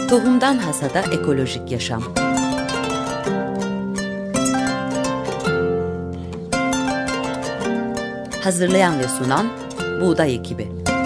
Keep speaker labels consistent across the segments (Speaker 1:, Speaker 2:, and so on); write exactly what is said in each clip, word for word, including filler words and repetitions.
Speaker 1: Tohumdan Hasada Ekolojik Yaşam. Hazırlayan ve sunan Buğday Ekibi.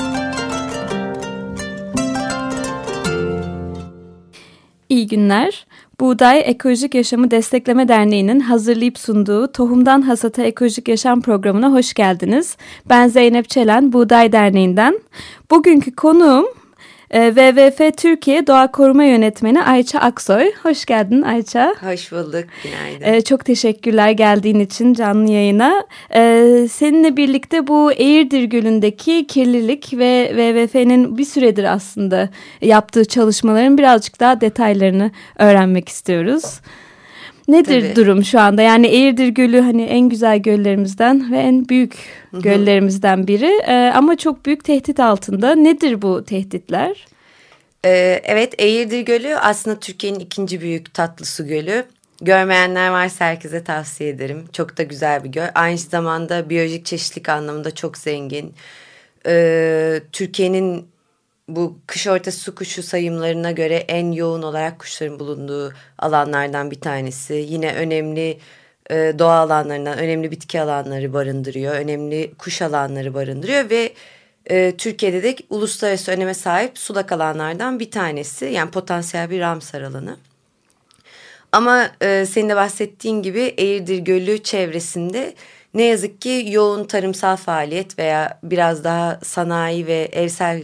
Speaker 2: İyi günler. Buğday Ekolojik Yaşamı Destekleme Derneği'nin hazırlayıp sunduğu Tohumdan Hasata Ekolojik Yaşam programına hoş geldiniz. Ben Zeynep Çelen, Buğday Derneği'nden. Bugünkü konuğum W W F Türkiye Doğa Koruma Yönetmeni Ayça Aksoy. Hoş geldin Ayça.
Speaker 3: Hoş bulduk, günaydın.
Speaker 2: Ee, çok teşekkürler geldiğin için canlı yayına. Ee, seninle birlikte bu Eğirdir Gölü'ndeki kirlilik ve W W F'nin bir süredir aslında yaptığı çalışmaların birazcık daha detaylarını öğrenmek istiyoruz. Nedir Tabii. durum şu anda? Yani Eğirdir Gölü hani en güzel göllerimizden ve en büyük Hı-hı. göllerimizden biri ee, ama çok büyük tehdit altında. Nedir bu tehditler?
Speaker 3: Ee, evet, Eğirdir Gölü aslında Türkiye'nin ikinci büyük tatlı su gölü. Görmeyenler varsa herkese tavsiye ederim. Çok da güzel bir göl. Aynı zamanda biyolojik çeşitlilik anlamında çok zengin. Ee, Türkiye'nin bu kış ortası su kuşu sayımlarına göre en yoğun olarak kuşların bulunduğu alanlardan bir tanesi. Yine önemli e, doğa alanlarından önemli bitki alanları barındırıyor. Önemli kuş alanları barındırıyor ve e, Türkiye'de de uluslararası öneme sahip sulak alanlardan bir tanesi. Yani potansiyel bir Ramsar alanı. Ama e, senin de bahsettiğin gibi Eğirdir Gölü çevresinde ne yazık ki yoğun tarımsal faaliyet veya biraz daha sanayi ve evsel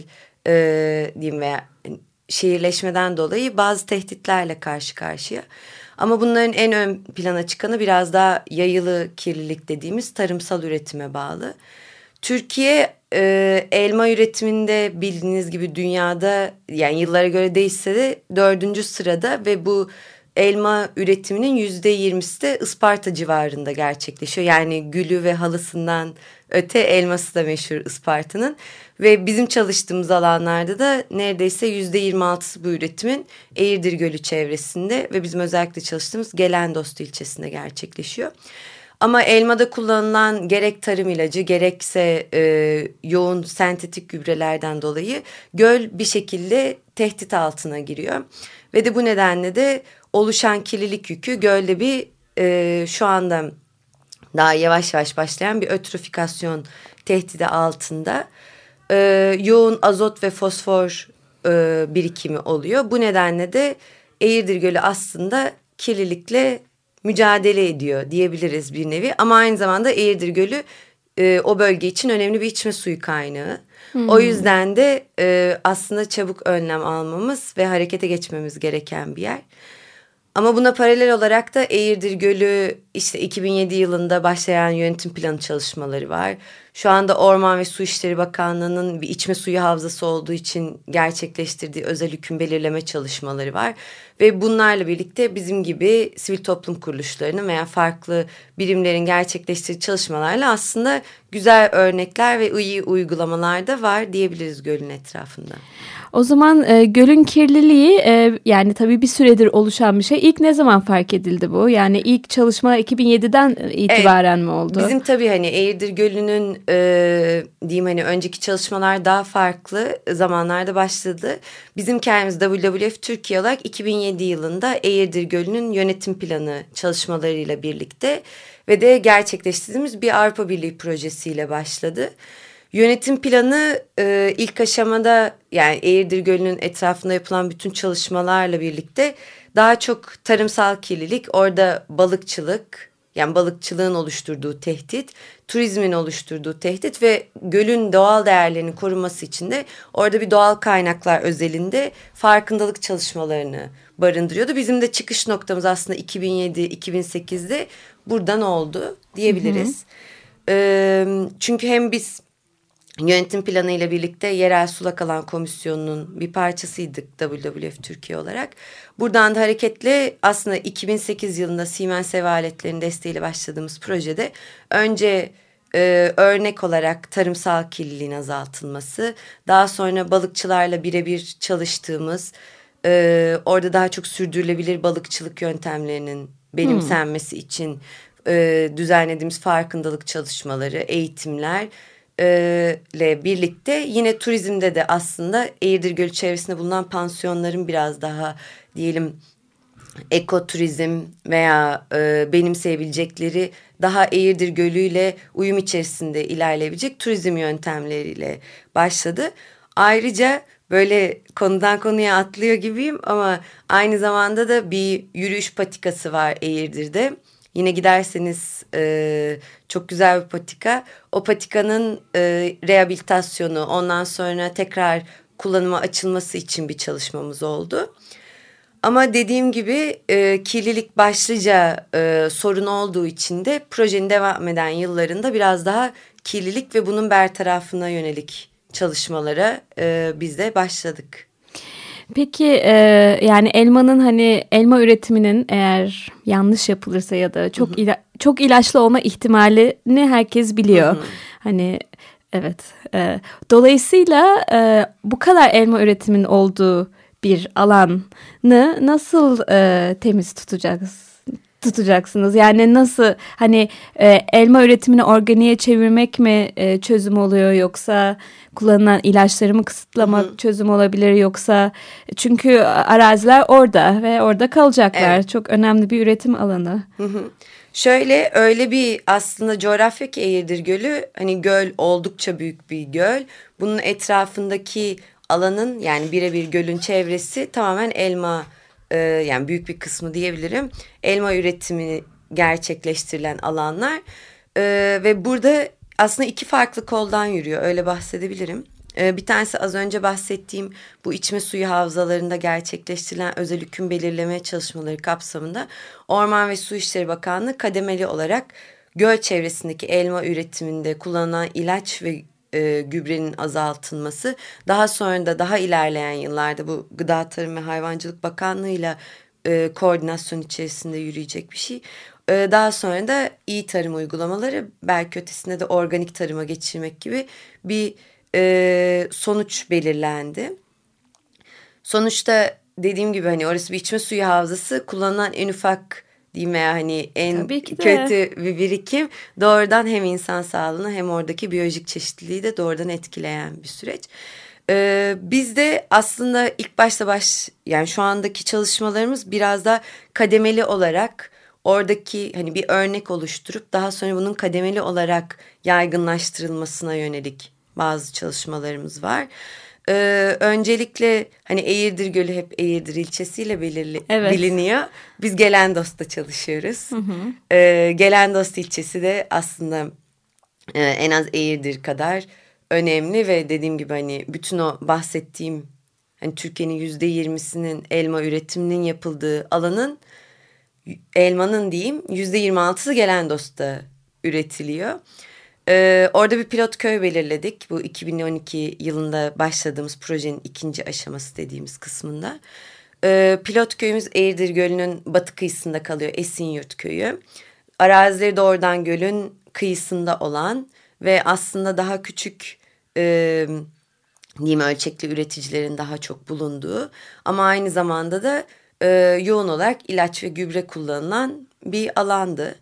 Speaker 3: Ee, diyeyim veya şehirleşmeden dolayı bazı tehditlerle karşı karşıya. Ama bunların en ön plana çıkanı biraz daha yayılı kirlilik dediğimiz tarımsal üretime bağlı. Türkiye e, elma üretiminde bildiğiniz gibi dünyada yani yıllara göre değişse de dördüncü sırada ve bu elma üretiminin yüzde yirmisi de Isparta civarında gerçekleşiyor. Yani gülü ve halısından öte elması da meşhur Isparta'nın. Ve bizim çalıştığımız alanlarda da neredeyse yüzde yirmi altısı bu üretimin Eğirdir Gölü çevresinde ve bizim özellikle çalıştığımız Gelendost ilçesinde gerçekleşiyor. Ama elmada kullanılan gerek tarım ilacı gerekse e, yoğun sentetik gübrelerden dolayı göl bir şekilde tehdit altına giriyor. Ve de bu nedenle de oluşan kirlilik yükü gölde bir e, şu anda daha yavaş yavaş başlayan bir ötrofikasyon tehdidi altında. Ee, yoğun azot ve fosfor e, birikimi oluyor. Bu nedenle de Eğirdir Gölü aslında kirlilikle mücadele ediyor diyebiliriz bir nevi. Ama aynı zamanda Eğirdir Gölü e, o bölge için önemli bir içme suyu kaynağı. Hmm. O yüzden de e, aslında çabuk önlem almamız ve harekete geçmemiz gereken bir yer. Ama buna paralel olarak da Eğirdir Gölü işte iki bin yedi yılında başlayan yönetim planı çalışmaları var. Şu anda Orman ve Su İşleri Bakanlığı'nın bir içme suyu havzası olduğu için gerçekleştirdiği özel hüküm belirleme çalışmaları var. Ve bunlarla birlikte bizim gibi sivil toplum kuruluşlarının veya farklı birimlerin gerçekleştirdiği çalışmalarla aslında güzel örnekler ve iyi uygulamalar da var diyebiliriz gölün etrafında.
Speaker 2: O zaman e, gölün kirliliği e, yani tabii bir süredir oluşan bir şey. İlk ne zaman fark edildi bu? Yani ilk çalışma iki bin yediden itibaren evet, mi oldu?
Speaker 3: Bizim tabii hani Eğirdir Gölü'nün e, diyeyim hani önceki çalışmalar daha farklı zamanlarda başladı. Bizim kendimiz W W F Türkiye olarak iki bin yedi yılında Eğirdir Gölü'nün yönetim planı çalışmalarıyla birlikte ve de gerçekleştirdiğimiz bir Avrupa Birliği projesiyle başladı. Yönetim planı e, ilk aşamada yani Eğirdir Gölü'nün etrafında yapılan bütün çalışmalarla birlikte daha çok tarımsal kirlilik, orada balıkçılık yani balıkçılığın oluşturduğu tehdit, turizmin oluşturduğu tehdit ve gölün doğal değerlerinin korunması için de orada bir doğal kaynaklar özelinde farkındalık çalışmalarını barındırıyordu. Bizim de çıkış noktamız aslında iki bin yedi iki bin sekizde buradan oldu diyebiliriz. Hı hı. E, çünkü hem biz yönetim planı ile birlikte Yerel Sulak Alan Komisyonu'nun bir parçasıydık W W F Türkiye olarak. Buradan da hareketle aslında iki bin sekiz yılında Siemens Ev Aletlerinin desteğiyle başladığımız projede önce e, örnek olarak tarımsal kirliliğin azaltılması, daha sonra balıkçılarla birebir çalıştığımız, e, orada daha çok sürdürülebilir balıkçılık yöntemlerinin benimsenmesi hmm. için e, düzenlediğimiz farkındalık çalışmaları, eğitimler, ile birlikte yine turizmde de aslında Eğirdir Gölü çevresinde bulunan pansiyonların biraz daha diyelim ekoturizm veya e, benimseyebilecekleri daha Eğirdir Gölü ile uyum içerisinde ilerleyebilecek turizm yöntemleriyle başladı. Ayrıca böyle konudan konuya atlıyor gibiyim ama aynı zamanda da bir yürüyüş patikası var Eğirdir'de. Yine giderseniz e, çok güzel bir patika. O patikanın e, rehabilitasyonu, ondan sonra tekrar kullanıma açılması için bir çalışmamız oldu. Ama dediğim gibi e, kirlilik başlıca e, sorun olduğu için de projenin devam eden yıllarında biraz daha kirlilik ve bunun bertarafına yönelik çalışmalara e, biz de başladık.
Speaker 2: Peki e, yani elmanın hani elma üretiminin eğer yanlış yapılırsa ya da çok ila, çok ilaçlı olma ihtimalini herkes biliyor. Hı hı. Hani evet. E, dolayısıyla e, bu kadar elma üretimin olduğu bir alanı nasıl e, temiz tutacağız? tutacaksınız? Yani nasıl hani e, elma üretimini organiğe çevirmek mi e, çözüm oluyor yoksa kullanılan ilaçları mı kısıtlamak Hı-hı. çözüm olabilir yoksa çünkü araziler orada ve orada kalacaklar. Evet. Çok önemli bir üretim alanı.
Speaker 3: Hı-hı. Şöyle öyle bir aslında coğrafya ki Eğirdir Gölü hani göl oldukça büyük bir göl. Bunun etrafındaki alanın yani birebir gölün çevresi tamamen elma yani büyük bir kısmı diyebilirim elma üretimi gerçekleştirilen alanlar ee, ve burada aslında iki farklı koldan yürüyor öyle bahsedebilirim. Ee, bir tanesi az önce bahsettiğim bu içme suyu havzalarında gerçekleştirilen özel hüküm belirleme çalışmaları kapsamında Orman ve Su İşleri Bakanlığı kademeli olarak göl çevresindeki elma üretiminde kullanılan ilaç ve E, gübrenin azaltılması daha sonra da daha ilerleyen yıllarda bu Gıda Tarım ve Hayvancılık Bakanlığı'yla e, koordinasyon içerisinde yürüyecek bir şey. E, daha sonra da iyi tarım uygulamaları belki ötesinde de organik tarıma geçirmek gibi bir e, sonuç belirlendi. Sonuçta dediğim gibi hani orası bir içme suyu havzası kullanılan en ufak diyeyim veya hani en kötü bir birikim doğrudan hem insan sağlığını hem oradaki biyolojik çeşitliliği de doğrudan etkileyen bir süreç. Ee, biz de aslında ilk başta baş yani şu andaki çalışmalarımız biraz da kademeli olarak oradaki hani bir örnek oluşturup daha sonra bunun kademeli olarak yaygınlaştırılmasına yönelik bazı çalışmalarımız var. Ee, öncelikle hani Eğirdir Gölü hep Eğirdir ilçesiyle belirli, evet. biliniyor. Biz Gelendos'ta çalışıyoruz. Hı hı. Ee, Gelendos ilçesi de aslında e, en az Eğirdir kadar önemli ve dediğim gibi hani bütün o bahsettiğim hani Türkiye'nin yüzde yirmisinin elma üretiminin yapıldığı alanın elmanın diyeyim yüzde yirmi altısı Gelendos'ta üretiliyor. Ee, orada bir pilot köy belirledik. Bu iki bin on iki yılında başladığımız projenin ikinci aşaması dediğimiz kısmında. Ee, pilot köyümüz Eğirdir Gölü'nün batı kıyısında kalıyor. Esinyurt Köyü. Arazileri doğrudan gölün kıyısında olan ve aslında daha küçük e, diyeyim ölçekli üreticilerin daha çok bulunduğu ama aynı zamanda da e, yoğun olarak ilaç ve gübre kullanılan bir alandı.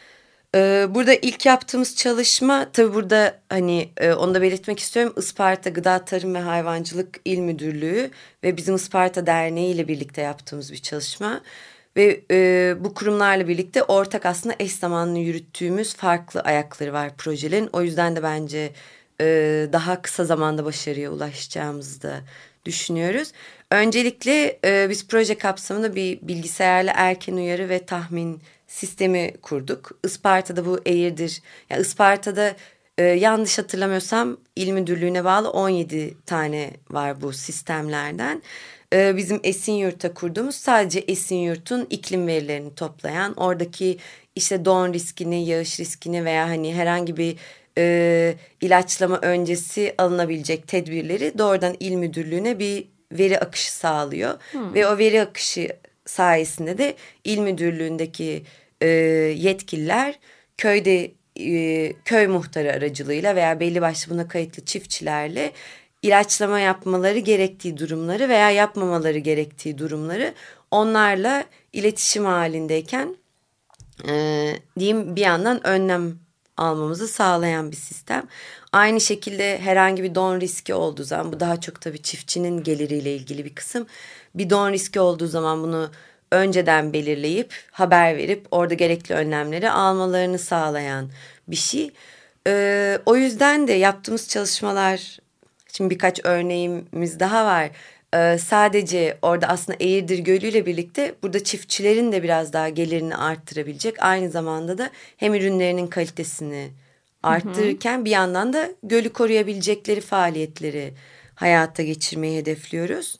Speaker 3: Burada ilk yaptığımız çalışma tabii burada hani onu da belirtmek istiyorum. Isparta Gıda Tarım ve Hayvancılık İl Müdürlüğü ve bizim Isparta Derneği ile birlikte yaptığımız bir çalışma. Ve e, bu kurumlarla birlikte ortak aslında eş zamanlı yürüttüğümüz farklı ayakları var projelerin. O yüzden de bence e, daha kısa zamanda başarıya ulaşacağımızı da düşünüyoruz. Öncelikle e, biz proje kapsamında bir bilgisayarla erken uyarı ve tahmin sistemi kurduk. Isparta'da bu Eğirdir, yani Isparta'da e, yanlış hatırlamıyorsam İl Müdürlüğü'ne bağlı on yedi tane var bu sistemlerden. E, bizim Esinyurt'ta kurduğumuz sadece Esinyurt'un iklim verilerini toplayan, oradaki işte don riskini, yağış riskini veya hani herhangi bir e, ilaçlama öncesi alınabilecek tedbirleri doğrudan İl Müdürlüğü'ne bir veri akışı sağlıyor. Hmm. Ve o veri akışı sayesinde de İl Müdürlüğü'ndeki e, yetkililer köyde e, köy muhtarı aracılığıyla veya belli başlı buna kayıtlı çiftçilerle ilaçlama yapmaları gerektiği durumları veya yapmamaları gerektiği durumları onlarla iletişim halindeyken e, diyeyim bir yandan önlem almamızı sağlayan bir sistem. Aynı şekilde herhangi bir don riski olduğu zaman, bu daha çok tabii çiftçinin geliriyle ilgili bir kısım. Bir don riski olduğu zaman bunu önceden belirleyip haber verip orada gerekli önlemleri almalarını sağlayan bir şey. Ee, o yüzden de yaptığımız çalışmalar, şimdi birkaç örneğimiz daha var. Ee, sadece orada aslında Eğirdir Gölü ile birlikte burada çiftçilerin de biraz daha gelirini arttırabilecek. Aynı zamanda da hem ürünlerinin kalitesini arttırırken, hı hı, bir yandan da gölü koruyabilecekleri faaliyetleri hayata geçirmeyi hedefliyoruz.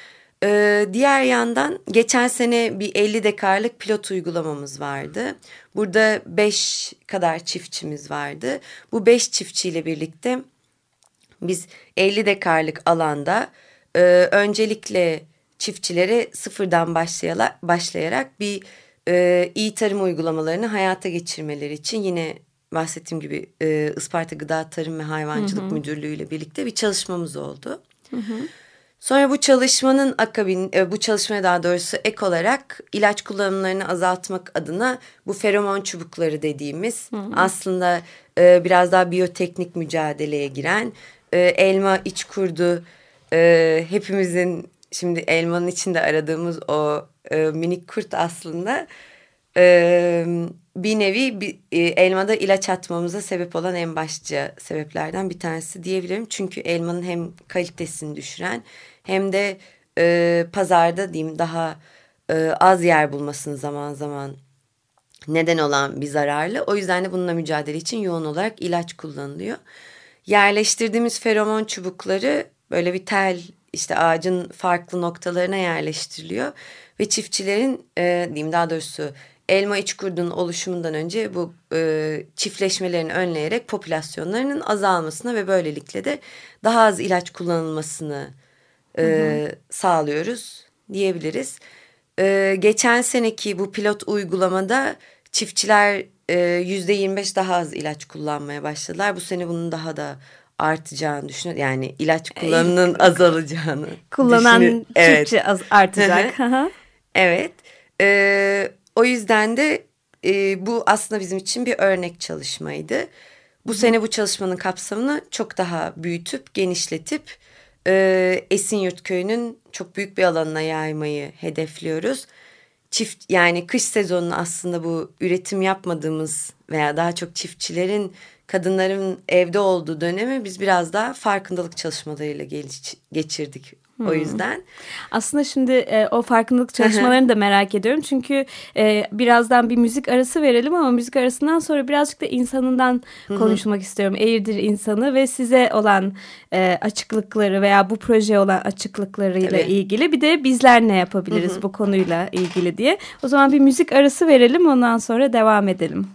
Speaker 3: Ee, diğer yandan geçen sene bir elli dekarlık pilot uygulamamız vardı. Burada beş kadar çiftçimiz vardı. Bu beş çiftçiyle birlikte biz elli dekarlık alanda e, öncelikle çiftçilere sıfırdan başlayarak, başlayarak bir e, iyi tarım uygulamalarını hayata geçirmeleri için yine bahsettiğim gibi e, Isparta Gıda Tarım ve Hayvancılık, hı hı, Müdürlüğü ile birlikte bir çalışmamız oldu. Hı hı. Sonra bu çalışmanın akabin, bu çalışmaya daha doğrusu ek olarak ilaç kullanımlarını azaltmak adına bu feromon çubukları dediğimiz, hı hı, aslında e, biraz daha biyoteknik mücadeleye giren, e, elma, içkurdu, e, hepimizin şimdi elmanın içinde aradığımız o e, minik kurt aslında e, bir nevi bir, e, elmada ilaç atmamıza sebep olan en başlıca sebeplerden bir tanesi diyebilirim. Çünkü elmanın hem kalitesini düşüren hem de e, pazarda diyeyim daha e, az yer bulmasını zaman zaman neden olan bir zararlı. O yüzden de bununla mücadele için yoğun olarak ilaç kullanılıyor. Yerleştirdiğimiz feromon çubukları böyle bir tel, işte ağacın farklı noktalarına yerleştiriliyor. Ve çiftçilerin e, diyeyim daha doğrusu elma içkurdunun oluşumundan önce bu e, çiftleşmelerini önleyerek popülasyonlarının azalmasına ve böylelikle de daha az ilaç kullanılmasını e, sağlıyoruz diyebiliriz. E, geçen seneki bu pilot uygulamada çiftçiler e, yüzde yirmi beş daha az ilaç kullanmaya başladılar. Bu sene bunun daha da artacağını düşünüyorum. Yani ilaç kullanımının azalacağını
Speaker 2: kullanan
Speaker 3: düşünüyorum.
Speaker 2: Çiftçi
Speaker 3: Evet.
Speaker 2: az artacak.
Speaker 3: Evet. E, o yüzden de e, bu aslında bizim için bir örnek çalışmaydı. Bu Hı. sene bu çalışmanın kapsamını çok daha büyütüp genişletip e, Esenyurt Köyü'nün çok büyük bir alanına yaymayı hedefliyoruz. Çift, yani kış sezonunu aslında bu üretim yapmadığımız veya daha çok çiftçilerin, kadınların evde olduğu dönemi biz biraz daha farkındalık çalışmalarıyla geç, geçirdik. Hmm. O yüzden.
Speaker 2: Aslında şimdi e, o farkındalık çalışmalarını da merak ediyorum. Çünkü e, birazdan bir müzik arası verelim ama müzik arasından sonra birazcık da insanından konuşmak istiyorum. Eğirdir insanı ve size olan e, açıklıkları veya bu projeye olan açıklıklarıyla Tabii. ilgili. Bir de bizler ne yapabiliriz Hı-hı. bu konuyla ilgili diye. O zaman bir müzik arası verelim, ondan sonra devam edelim.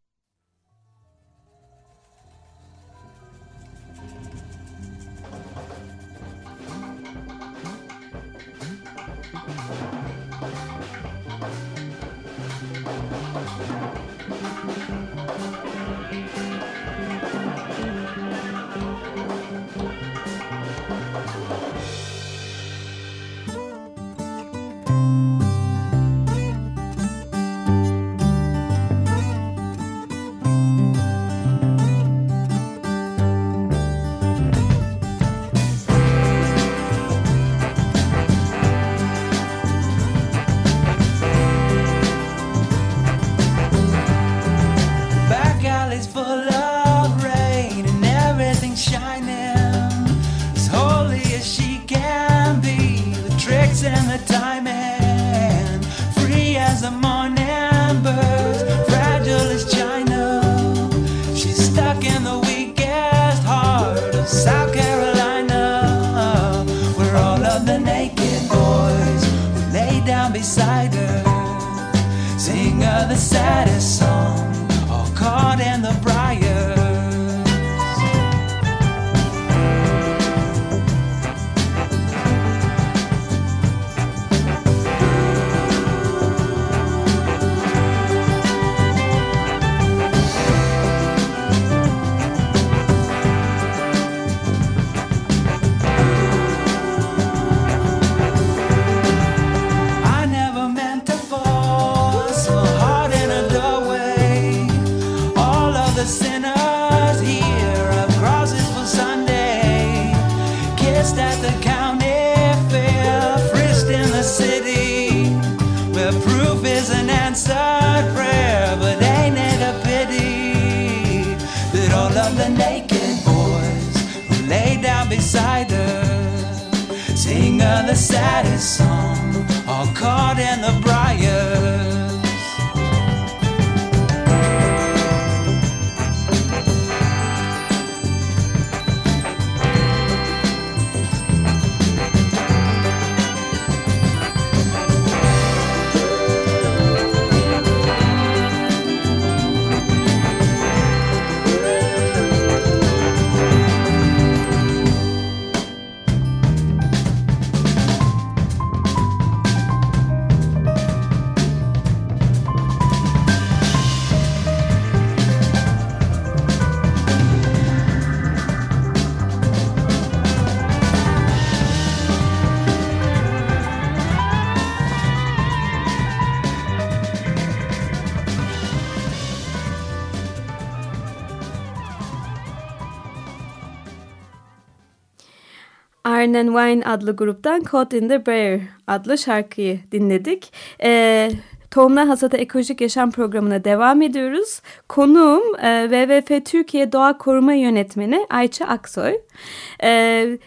Speaker 4: Beside her, sing her the saddest song, all caught in the briars. sing her the saddest song, all caught in the briars.
Speaker 2: Iron and Wine adlı gruptan Caught in the Briar adlı şarkıyı dinledik. Ee, Tohumdan Hasada Ekolojik Yaşam programına devam ediyoruz. Konuğum e, W W F Türkiye Doğa Koruma Yönetmeni Ayça Aksoy. Ee,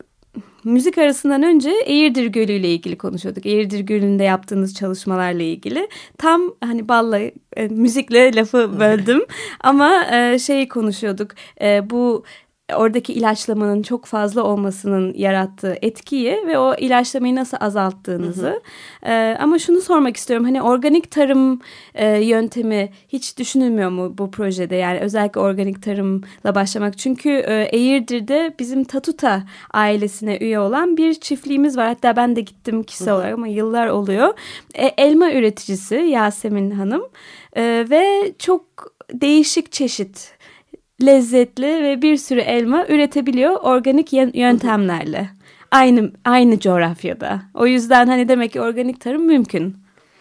Speaker 2: müzik arasından önce Eğirdir Gölü ile ilgili konuşuyorduk. Eğirdir Gölü'nde yaptığınız çalışmalarla ilgili. Tam hani balla e, müzikle lafı böldüm ama e, şeyi konuşuyorduk. E, bu oradaki ilaçlamanın çok fazla olmasının yarattığı etkiyi ve o ilaçlamayı nasıl azalttığınızı. Hı hı. Ee, ama şunu sormak istiyorum. Hani organik tarım e, yöntemi hiç düşünülmüyor mu bu projede? Yani özellikle organik tarımla başlamak. Çünkü e, Eğirdir'de bizim Tatuta ailesine üye olan bir çiftliğimiz var. Hatta ben de gittim kişisel hı hı. olarak ama yıllar oluyor. E, elma üreticisi Yasemin Hanım e, ve çok değişik çeşit lezzetli ve bir sürü elma üretebiliyor organik yöntemlerle. Aynı aynı coğrafyada. O yüzden hani demek ki organik tarım mümkün.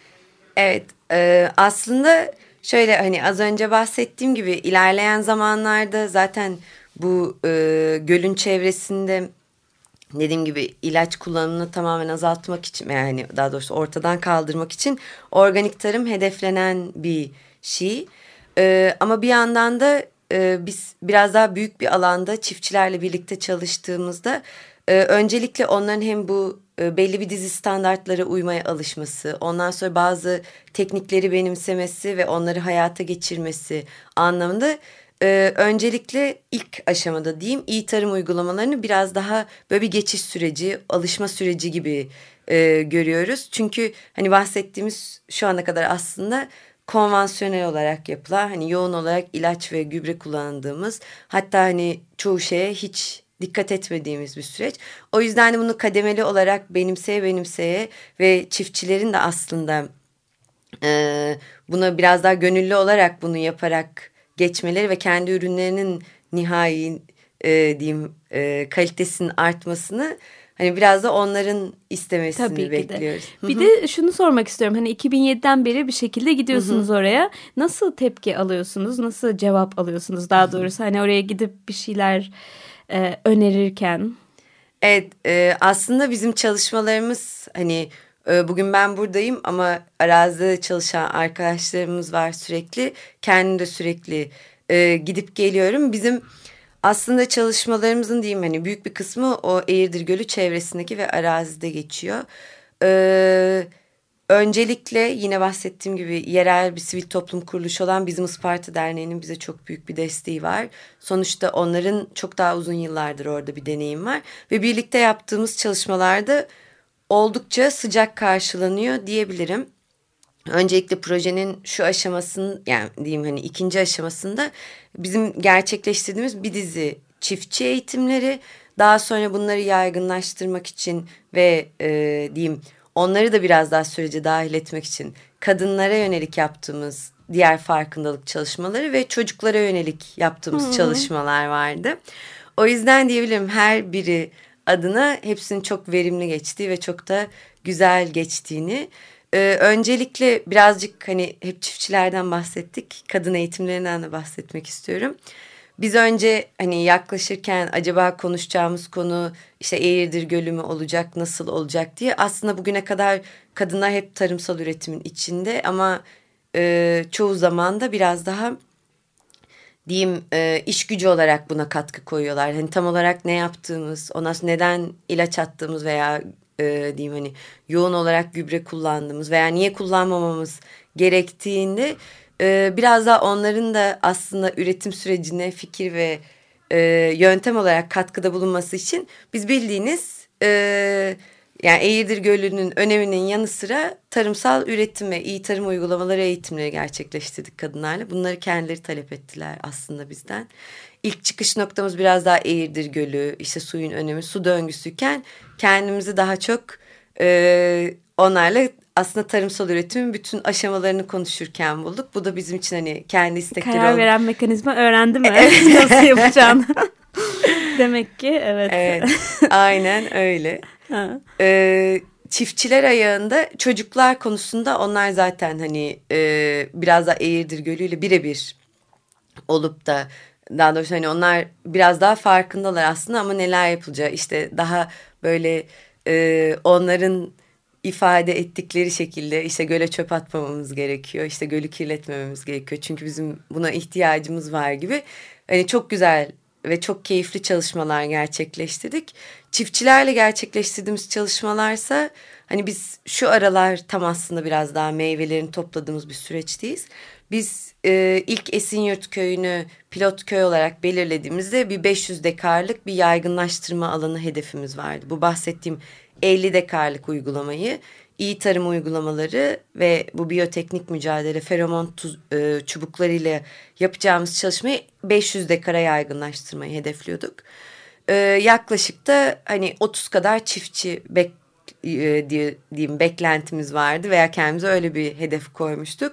Speaker 3: Evet, e, aslında şöyle hani az önce bahsettiğim gibi ilerleyen zamanlarda zaten bu e, gölün çevresinde dediğim gibi ilaç kullanımını tamamen azaltmak için, yani daha doğrusu ortadan kaldırmak için organik tarım hedeflenen bir şey. E, ama bir yandan da Ee, biz biraz daha büyük bir alanda çiftçilerle birlikte çalıştığımızda e, öncelikle onların hem bu e, belli bir dizi standartlara uymaya alışması, ondan sonra bazı teknikleri benimsemesi ve onları hayata geçirmesi anlamında e, öncelikle ilk aşamada diyeyim iyi tarım uygulamalarını biraz daha böyle bir geçiş süreci, alışma süreci gibi e, görüyoruz. Çünkü hani bahsettiğimiz şu ana kadar aslında konvansiyonel olarak yapılan, hani yoğun olarak ilaç ve gübre kullandığımız, hatta hani çoğu şeye hiç dikkat etmediğimiz bir süreç. O yüzden hani bunu kademeli olarak benimseye benimseye ve çiftçilerin de aslında e, buna biraz daha gönüllü olarak bunu yaparak geçmeleri ve kendi ürünlerinin nihai e, diyeyim e, kalitesinin artmasını hani biraz da onların istemesini
Speaker 2: Tabii
Speaker 3: bekliyoruz.
Speaker 2: De. Bir de şunu sormak istiyorum. Hani iki bin yediden beri bir şekilde gidiyorsunuz Hı-hı. oraya. Nasıl tepki alıyorsunuz? Nasıl cevap alıyorsunuz daha doğrusu? Hı-hı. Hani oraya gidip bir şeyler e, önerirken.
Speaker 3: Evet, e, aslında bizim çalışmalarımız hani e, bugün ben buradayım ama arazide çalışan arkadaşlarımız var sürekli. Kendim de sürekli e, gidip geliyorum. Bizim aslında çalışmalarımızın diyeyim hani büyük bir kısmı o Eğirdir Gölü çevresindeki ve arazide geçiyor. Ee, öncelikle yine bahsettiğim gibi yerel bir sivil toplum kuruluşu olan bizim Isparta Derneği'nin bize çok büyük bir desteği var. Sonuçta onların çok daha uzun yıllardır orada bir deneyim var. Ve birlikte yaptığımız çalışmalarda oldukça sıcak karşılanıyor diyebilirim. Öncelikle projenin şu aşamasının, yani diyeyim hani ikinci aşamasında bizim gerçekleştirdiğimiz bir dizi çiftçi eğitimleri, daha sonra bunları yaygınlaştırmak için ve e, diyeyim onları da biraz daha sürece dahil etmek için kadınlara yönelik yaptığımız diğer farkındalık çalışmaları ve çocuklara yönelik yaptığımız hmm. çalışmalar vardı. O yüzden diyebilirim her biri adına hepsinin çok verimli geçtiği ve çok da güzel geçtiğini. Ee, öncelikle birazcık hani hep çiftçilerden bahsettik. Kadın eğitimlerinden de bahsetmek istiyorum. Biz önce hani yaklaşırken acaba konuşacağımız konu işte Eğirdir Gölü mü olacak, nasıl olacak diye. Aslında bugüne kadar kadınlar hep tarımsal üretimin içinde ama e, çoğu zaman da biraz daha diyeyim e, iş gücü olarak buna katkı koyuyorlar. Hani tam olarak ne yaptığımız, ondan sonra neden ilaç attığımız veya e, diyeyim hani yoğun olarak gübre kullandığımız veya niye kullanmamamız gerektiğinde e, biraz daha onların da aslında üretim sürecine fikir ve e, yöntem olarak katkıda bulunması için biz bildiğiniz e, yani Eğirdir Gölü'nün öneminin yanı sıra tarımsal üretim ve iyi tarım uygulamaları eğitimleri gerçekleştirdik kadınlarla. Bunları kendileri talep ettiler aslında bizden. İlk çıkış noktamız biraz daha Eğirdir Gölü, işte suyun önemi, su döngüsüyken kendimizi daha çok e, onlarla aslında tarımsal üretimin bütün aşamalarını konuşurken bulduk. Bu da bizim için hani kendi istekleri
Speaker 2: Karar
Speaker 3: oldu.
Speaker 2: veren mekanizma öğrendi mi? Nasıl yapacağını. Demek ki evet.
Speaker 3: Evet, aynen öyle. Ee, çiftçiler ayağında çocuklar konusunda onlar zaten hani e, biraz da Eğirdir Gölü ile birebir olup da daha doğrusu hani onlar biraz daha farkındalar aslında ama neler yapılacağı işte daha böyle e, onların ifade ettikleri şekilde işte göle çöp atmamamız gerekiyor, işte gölü kirletmememiz gerekiyor çünkü bizim buna ihtiyacımız var gibi hani çok güzel ve çok keyifli çalışmalar gerçekleştirdik. Çiftçilerle gerçekleştirdiğimiz çalışmalarsa hani biz şu aralar tam aslında biraz daha meyvelerini topladığımız bir süreçteyiz. Biz e, ilk Esinyurt köyünü pilot köy olarak belirlediğimizde bir beş yüz dekarlık bir yaygınlaştırma alanı hedefimiz vardı. Bu bahsettiğim elli dekarlık uygulamayı, iyi tarım uygulamaları ve bu biyoteknik mücadele feromon tuz, e, çubuklarıyla yapacağımız çalışmayı beş yüz dekara yaygınlaştırmayı hedefliyorduk. E, yaklaşık da hani otuz kadar çiftçi bek, e, diye, diyeyim beklentimiz vardı veya kendimize öyle bir hedef koymuştuk.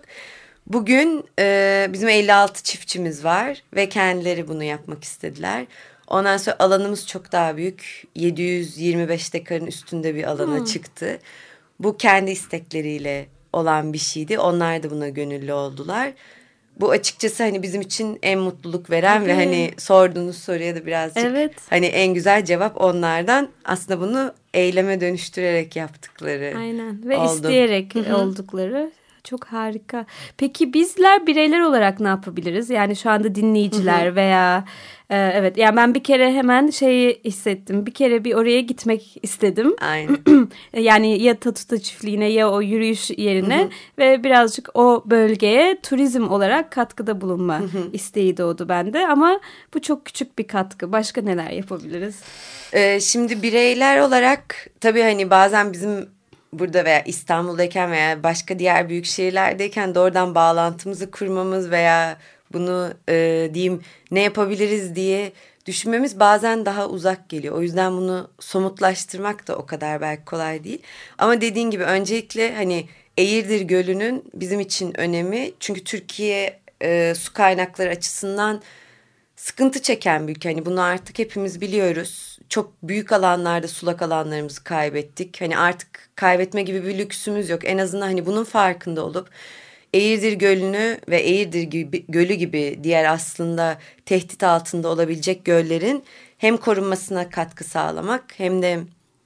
Speaker 3: Bugün e, bizim elli altı çiftçimiz var ve kendileri bunu yapmak istediler. Ondan sonra alanımız çok daha büyük. yedi yüz yirmi beş dekarın üstünde bir alana hmm. çıktı. Bu kendi istekleriyle olan bir şeydi. Onlar da buna gönüllü oldular. Bu açıkçası hani bizim için en mutluluk veren evet. ve hani sorduğunuz soruya da birazcık evet. hani en güzel cevap onlardan. Aslında bunu eyleme dönüştürerek yaptıkları
Speaker 2: Aynen ve
Speaker 3: oldu.
Speaker 2: isteyerek Hı-hı. oldukları. Çok harika. Peki bizler bireyler olarak ne yapabiliriz? Yani şu anda dinleyiciler hı hı. veya e, evet yani ben bir kere hemen şeyi hissettim. Bir kere bir oraya gitmek istedim.
Speaker 3: Aynen.
Speaker 2: Yani ya Tatuta çiftliğine ya o yürüyüş yerine hı hı. ve birazcık o bölgeye turizm olarak katkıda bulunma hı hı. isteği doğdu bende. Ama bu çok küçük bir katkı. Başka neler yapabiliriz?
Speaker 3: Ee, şimdi bireyler olarak tabii hani bazen bizim burada veya İstanbul'dayken veya başka diğer büyük şehirlerdeyken doğrudan bağlantımızı kurmamız veya bunu e, diyeyim ne yapabiliriz diye düşünmemiz bazen daha uzak geliyor. O yüzden bunu somutlaştırmak da o kadar belki kolay değil. Ama dediğin gibi öncelikle hani Eğirdir Gölü'nün bizim için önemi çünkü Türkiye e, su kaynakları açısından sıkıntı çeken bir ülke. Hani bunu artık hepimiz biliyoruz. Çok büyük alanlarda sulak alanlarımızı kaybettik. Hani artık kaybetme gibi bir lüksümüz yok. En azından hani bunun farkında olup Eğirdir Gölü'nü ve Eğirdir gibi, Gölü gibi diğer aslında tehdit altında olabilecek göllerin hem korunmasına katkı sağlamak hem de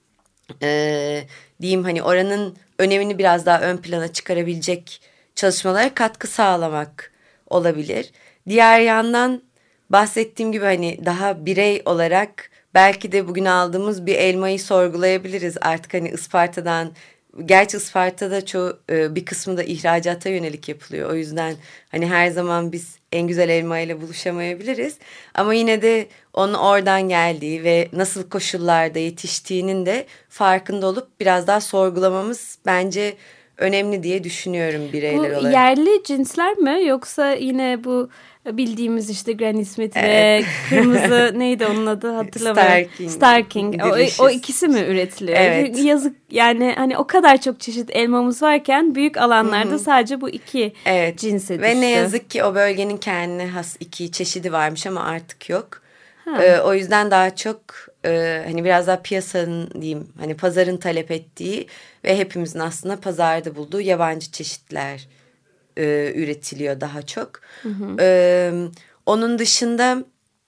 Speaker 3: e, diyeyim hani oranın önemini biraz daha ön plana çıkarabilecek çalışmalara katkı sağlamak olabilir. Diğer yandan bahsettiğim gibi hani daha birey olarak belki de bugün aldığımız bir elmayı sorgulayabiliriz. Artık hani Isparta'dan, gerçi Isparta'da çoğu bir kısmı da ihracata yönelik yapılıyor. O yüzden hani her zaman biz en güzel elmayla buluşamayabiliriz. Ama yine de onun oradan geldiği ve nasıl koşullarda yetiştiğinin de farkında olup biraz daha sorgulamamız bence önemli diye düşünüyorum bireyler
Speaker 2: bu
Speaker 3: olarak.
Speaker 2: Yerli cinsler mi yoksa yine bu bildiğimiz işte Granny Smith evet. ve kırmızı neydi onun adı hatırlamıyorum.
Speaker 3: Starking.
Speaker 2: Starking. O, o ikisi mi üretiliyor?
Speaker 3: Evet.
Speaker 2: Yazık yani hani o kadar çok çeşit elmamız varken büyük alanlarda Hı-hı. sadece bu iki
Speaker 3: evet.
Speaker 2: cinse düştü.
Speaker 3: Ve ne yazık ki o bölgenin kendine has iki çeşidi varmış ama artık yok. Ee, o yüzden daha çok e, hani biraz daha piyasanın diyeyim hani pazarın talep ettiği ve hepimizin aslında pazarda bulduğu yabancı çeşitler e, üretiliyor daha çok. Hı hı. E, onun dışında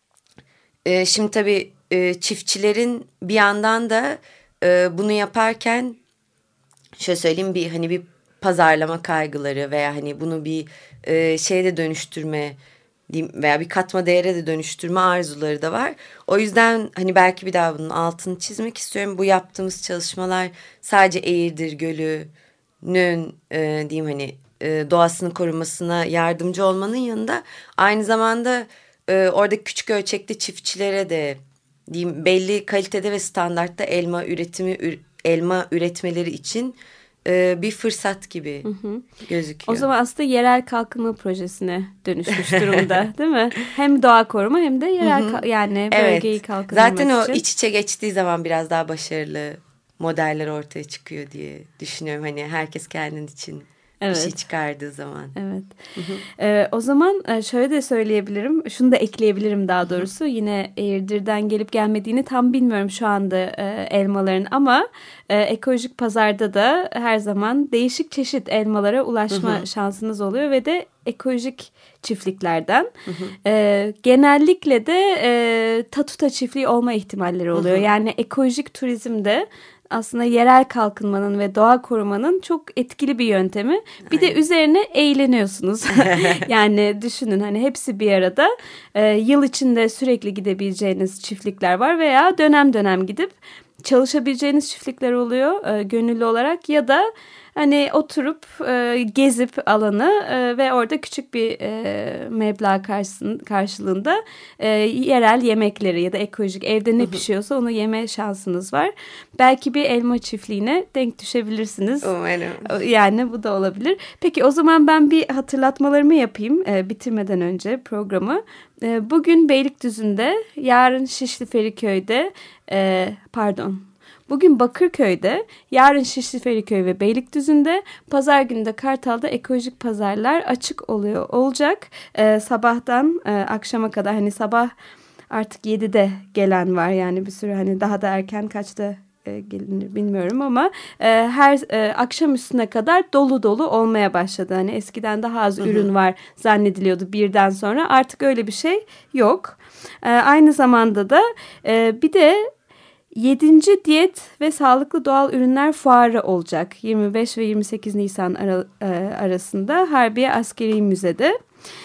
Speaker 3: e, şimdi tabii e, çiftçilerin bir yandan da e, bunu yaparken şöyle söyleyeyim bir hani bir pazarlama kaygıları veya hani bunu bir e, şeyde dönüştürme diyeyim veya bir katma değere de dönüştürme arzuları da var. O yüzden hani belki bir daha bunun altını çizmek istiyorum. Bu yaptığımız çalışmalar sadece Eğirdir Gölü'nün e, diyeyim hani e, doğasının korunmasına yardımcı olmanın yanında aynı zamanda e, orada küçük ölçekli çiftçilere de diyeyim belli kalitede ve standartta elma üretimi elma üretmeleri için e, bir fırsat gibi hı hı. gözüküyor.
Speaker 2: O zaman aslında yerel kalkınma projesine dönüşmüş durumda, değil mi? Hem doğa koruma hem de yerel hı hı. yani bölgeyi evet. kalkındırmak
Speaker 3: Zaten
Speaker 2: için.
Speaker 3: Zaten o iç içe geçtiği zaman biraz daha başarılı modeller ortaya çıkıyor diye düşünüyorum. Hani herkes kendin için evet. bir şey çıkardığı zaman.
Speaker 2: Evet. Hı hı. Ee, o zaman şöyle de söyleyebilirim. Şunu da ekleyebilirim daha doğrusu. Hı hı. Yine Eğirdir'den gelip gelmediğini tam bilmiyorum şu anda e, elmaların ama e, ekolojik pazarda da her zaman değişik çeşit elmalara ulaşma hı hı. şansınız oluyor ve de ekolojik çiftliklerden. Hı hı. E, genellikle de e, tatuta çiftliği olma ihtimalleri oluyor. Hı hı. Yani ekolojik turizmde aslında yerel kalkınmanın ve doğa korumanın çok etkili bir yöntemi. Bir Aynen. de üzerine eğleniyorsunuz. Yani düşünün hani hepsi bir arada. Ee, yıl içinde sürekli gidebileceğiniz çiftlikler var veya dönem dönem gidip çalışabileceğiniz çiftlikler oluyor e, gönüllü olarak ya da hani oturup e, gezip alanı e, ve orada küçük bir e, meblağ karşılığında e, yerel yemekleri ya da ekolojik evde ne pişiyorsa onu yeme şansınız var. Belki bir elma çiftliğine denk düşebilirsiniz.
Speaker 3: Umarım.
Speaker 2: Yani bu da olabilir. Peki o zaman ben bir hatırlatmalarımı yapayım e, bitirmeden önce programı. E, bugün Beylikdüzü'nde, yarın Şişli Feriköy'de, e, pardon... Bugün Bakırköy'de, yarın Şişli Feriköy ve Beylikdüzü'nde, pazar günü de Kartal'da ekolojik pazarlar açık oluyor olacak. Ee, sabahtan e, akşama kadar hani sabah artık yedide gelen var yani bir sürü hani daha da erken kaçta e, gelinir bilmiyorum ama e, her e, akşam üstüne kadar dolu dolu olmaya başladı. Hani eskiden daha az hı hı. ürün var zannediliyordu birden sonra artık öyle bir şey yok. E, aynı zamanda da e, bir de yedinci Diyet ve Sağlıklı Doğal Ürünler Fuarı olacak. yirmi beş ve yirmi sekiz Nisan ara, e, arasında Harbiye Askeri Müze'de.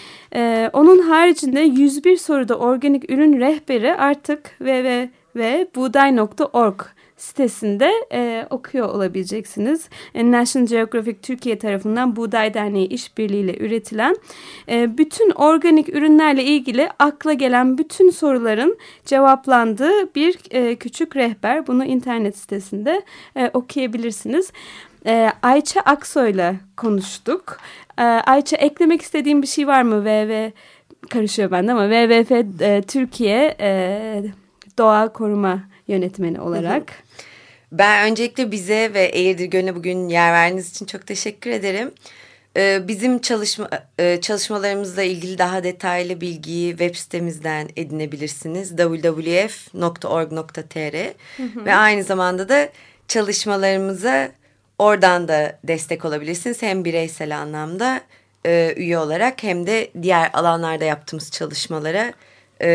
Speaker 2: E, onun haricinde yüz bir soruda organik ürün rehberi artık w w w nokta buğday nokta org sitesinde e, okuyor olabileceksiniz. E, National Geographic Türkiye tarafından Buğday Derneği işbirliğiyle üretilen e, bütün organik ürünlerle ilgili akla gelen bütün soruların cevaplandığı bir e, küçük rehber. Bunu internet sitesinde e, okuyabilirsiniz. E, Ayça Aksoy'la konuştuk. E, Ayça, eklemek istediğim bir şey var mı? V V karışıyor bende ama W W F e, Türkiye e, Doğa Koruma Yönetmeni olarak.
Speaker 3: Ben öncelikle bize ve Eğirdir Gölü'ne bugün yer verdiğiniz için çok teşekkür ederim. Bizim çalışma çalışmalarımızla ilgili daha detaylı bilgiyi web sitemizden edinebilirsiniz. double-u double-u double-u nokta f nokta org nokta t r hı hı. Ve aynı zamanda da çalışmalarımıza oradan da destek olabilirsiniz. Hem bireysel anlamda e, üye olarak hem de diğer alanlarda yaptığımız çalışmalara e,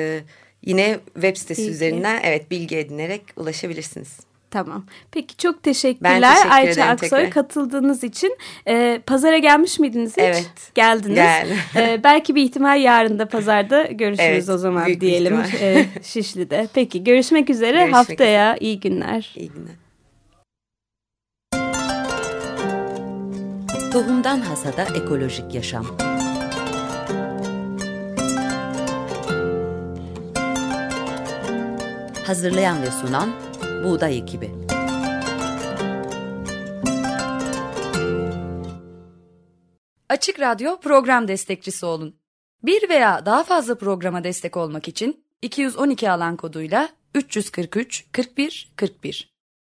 Speaker 3: yine web sitesi bilgi. üzerinden evet bilgi edinerek ulaşabilirsiniz.
Speaker 2: Tamam. Peki çok teşekkürler teşekkür Ayça Aksoy tekrar. Katıldığınız için. Ee, pazara gelmiş miydiniz hiç?
Speaker 3: Evet.
Speaker 2: Geldiniz.
Speaker 3: Geldim.
Speaker 2: Ee, belki bir ihtimal yarın da pazarda görüşürüz evet, o zaman diyelim e, Şişli'de. Peki görüşmek üzere. Görüşmek haftaya üzere. İyi günler.
Speaker 3: İyi günler.
Speaker 1: Tohumdan Hasada Ekolojik Yaşam. Hazırlayan ve sunan Buğday Ekibi.
Speaker 5: Açık Radyo program destekçisi olun. Bir veya daha fazla programa destek olmak için iki yüz on iki alan koduyla üç yüz kırk üç kırk bir kırk bir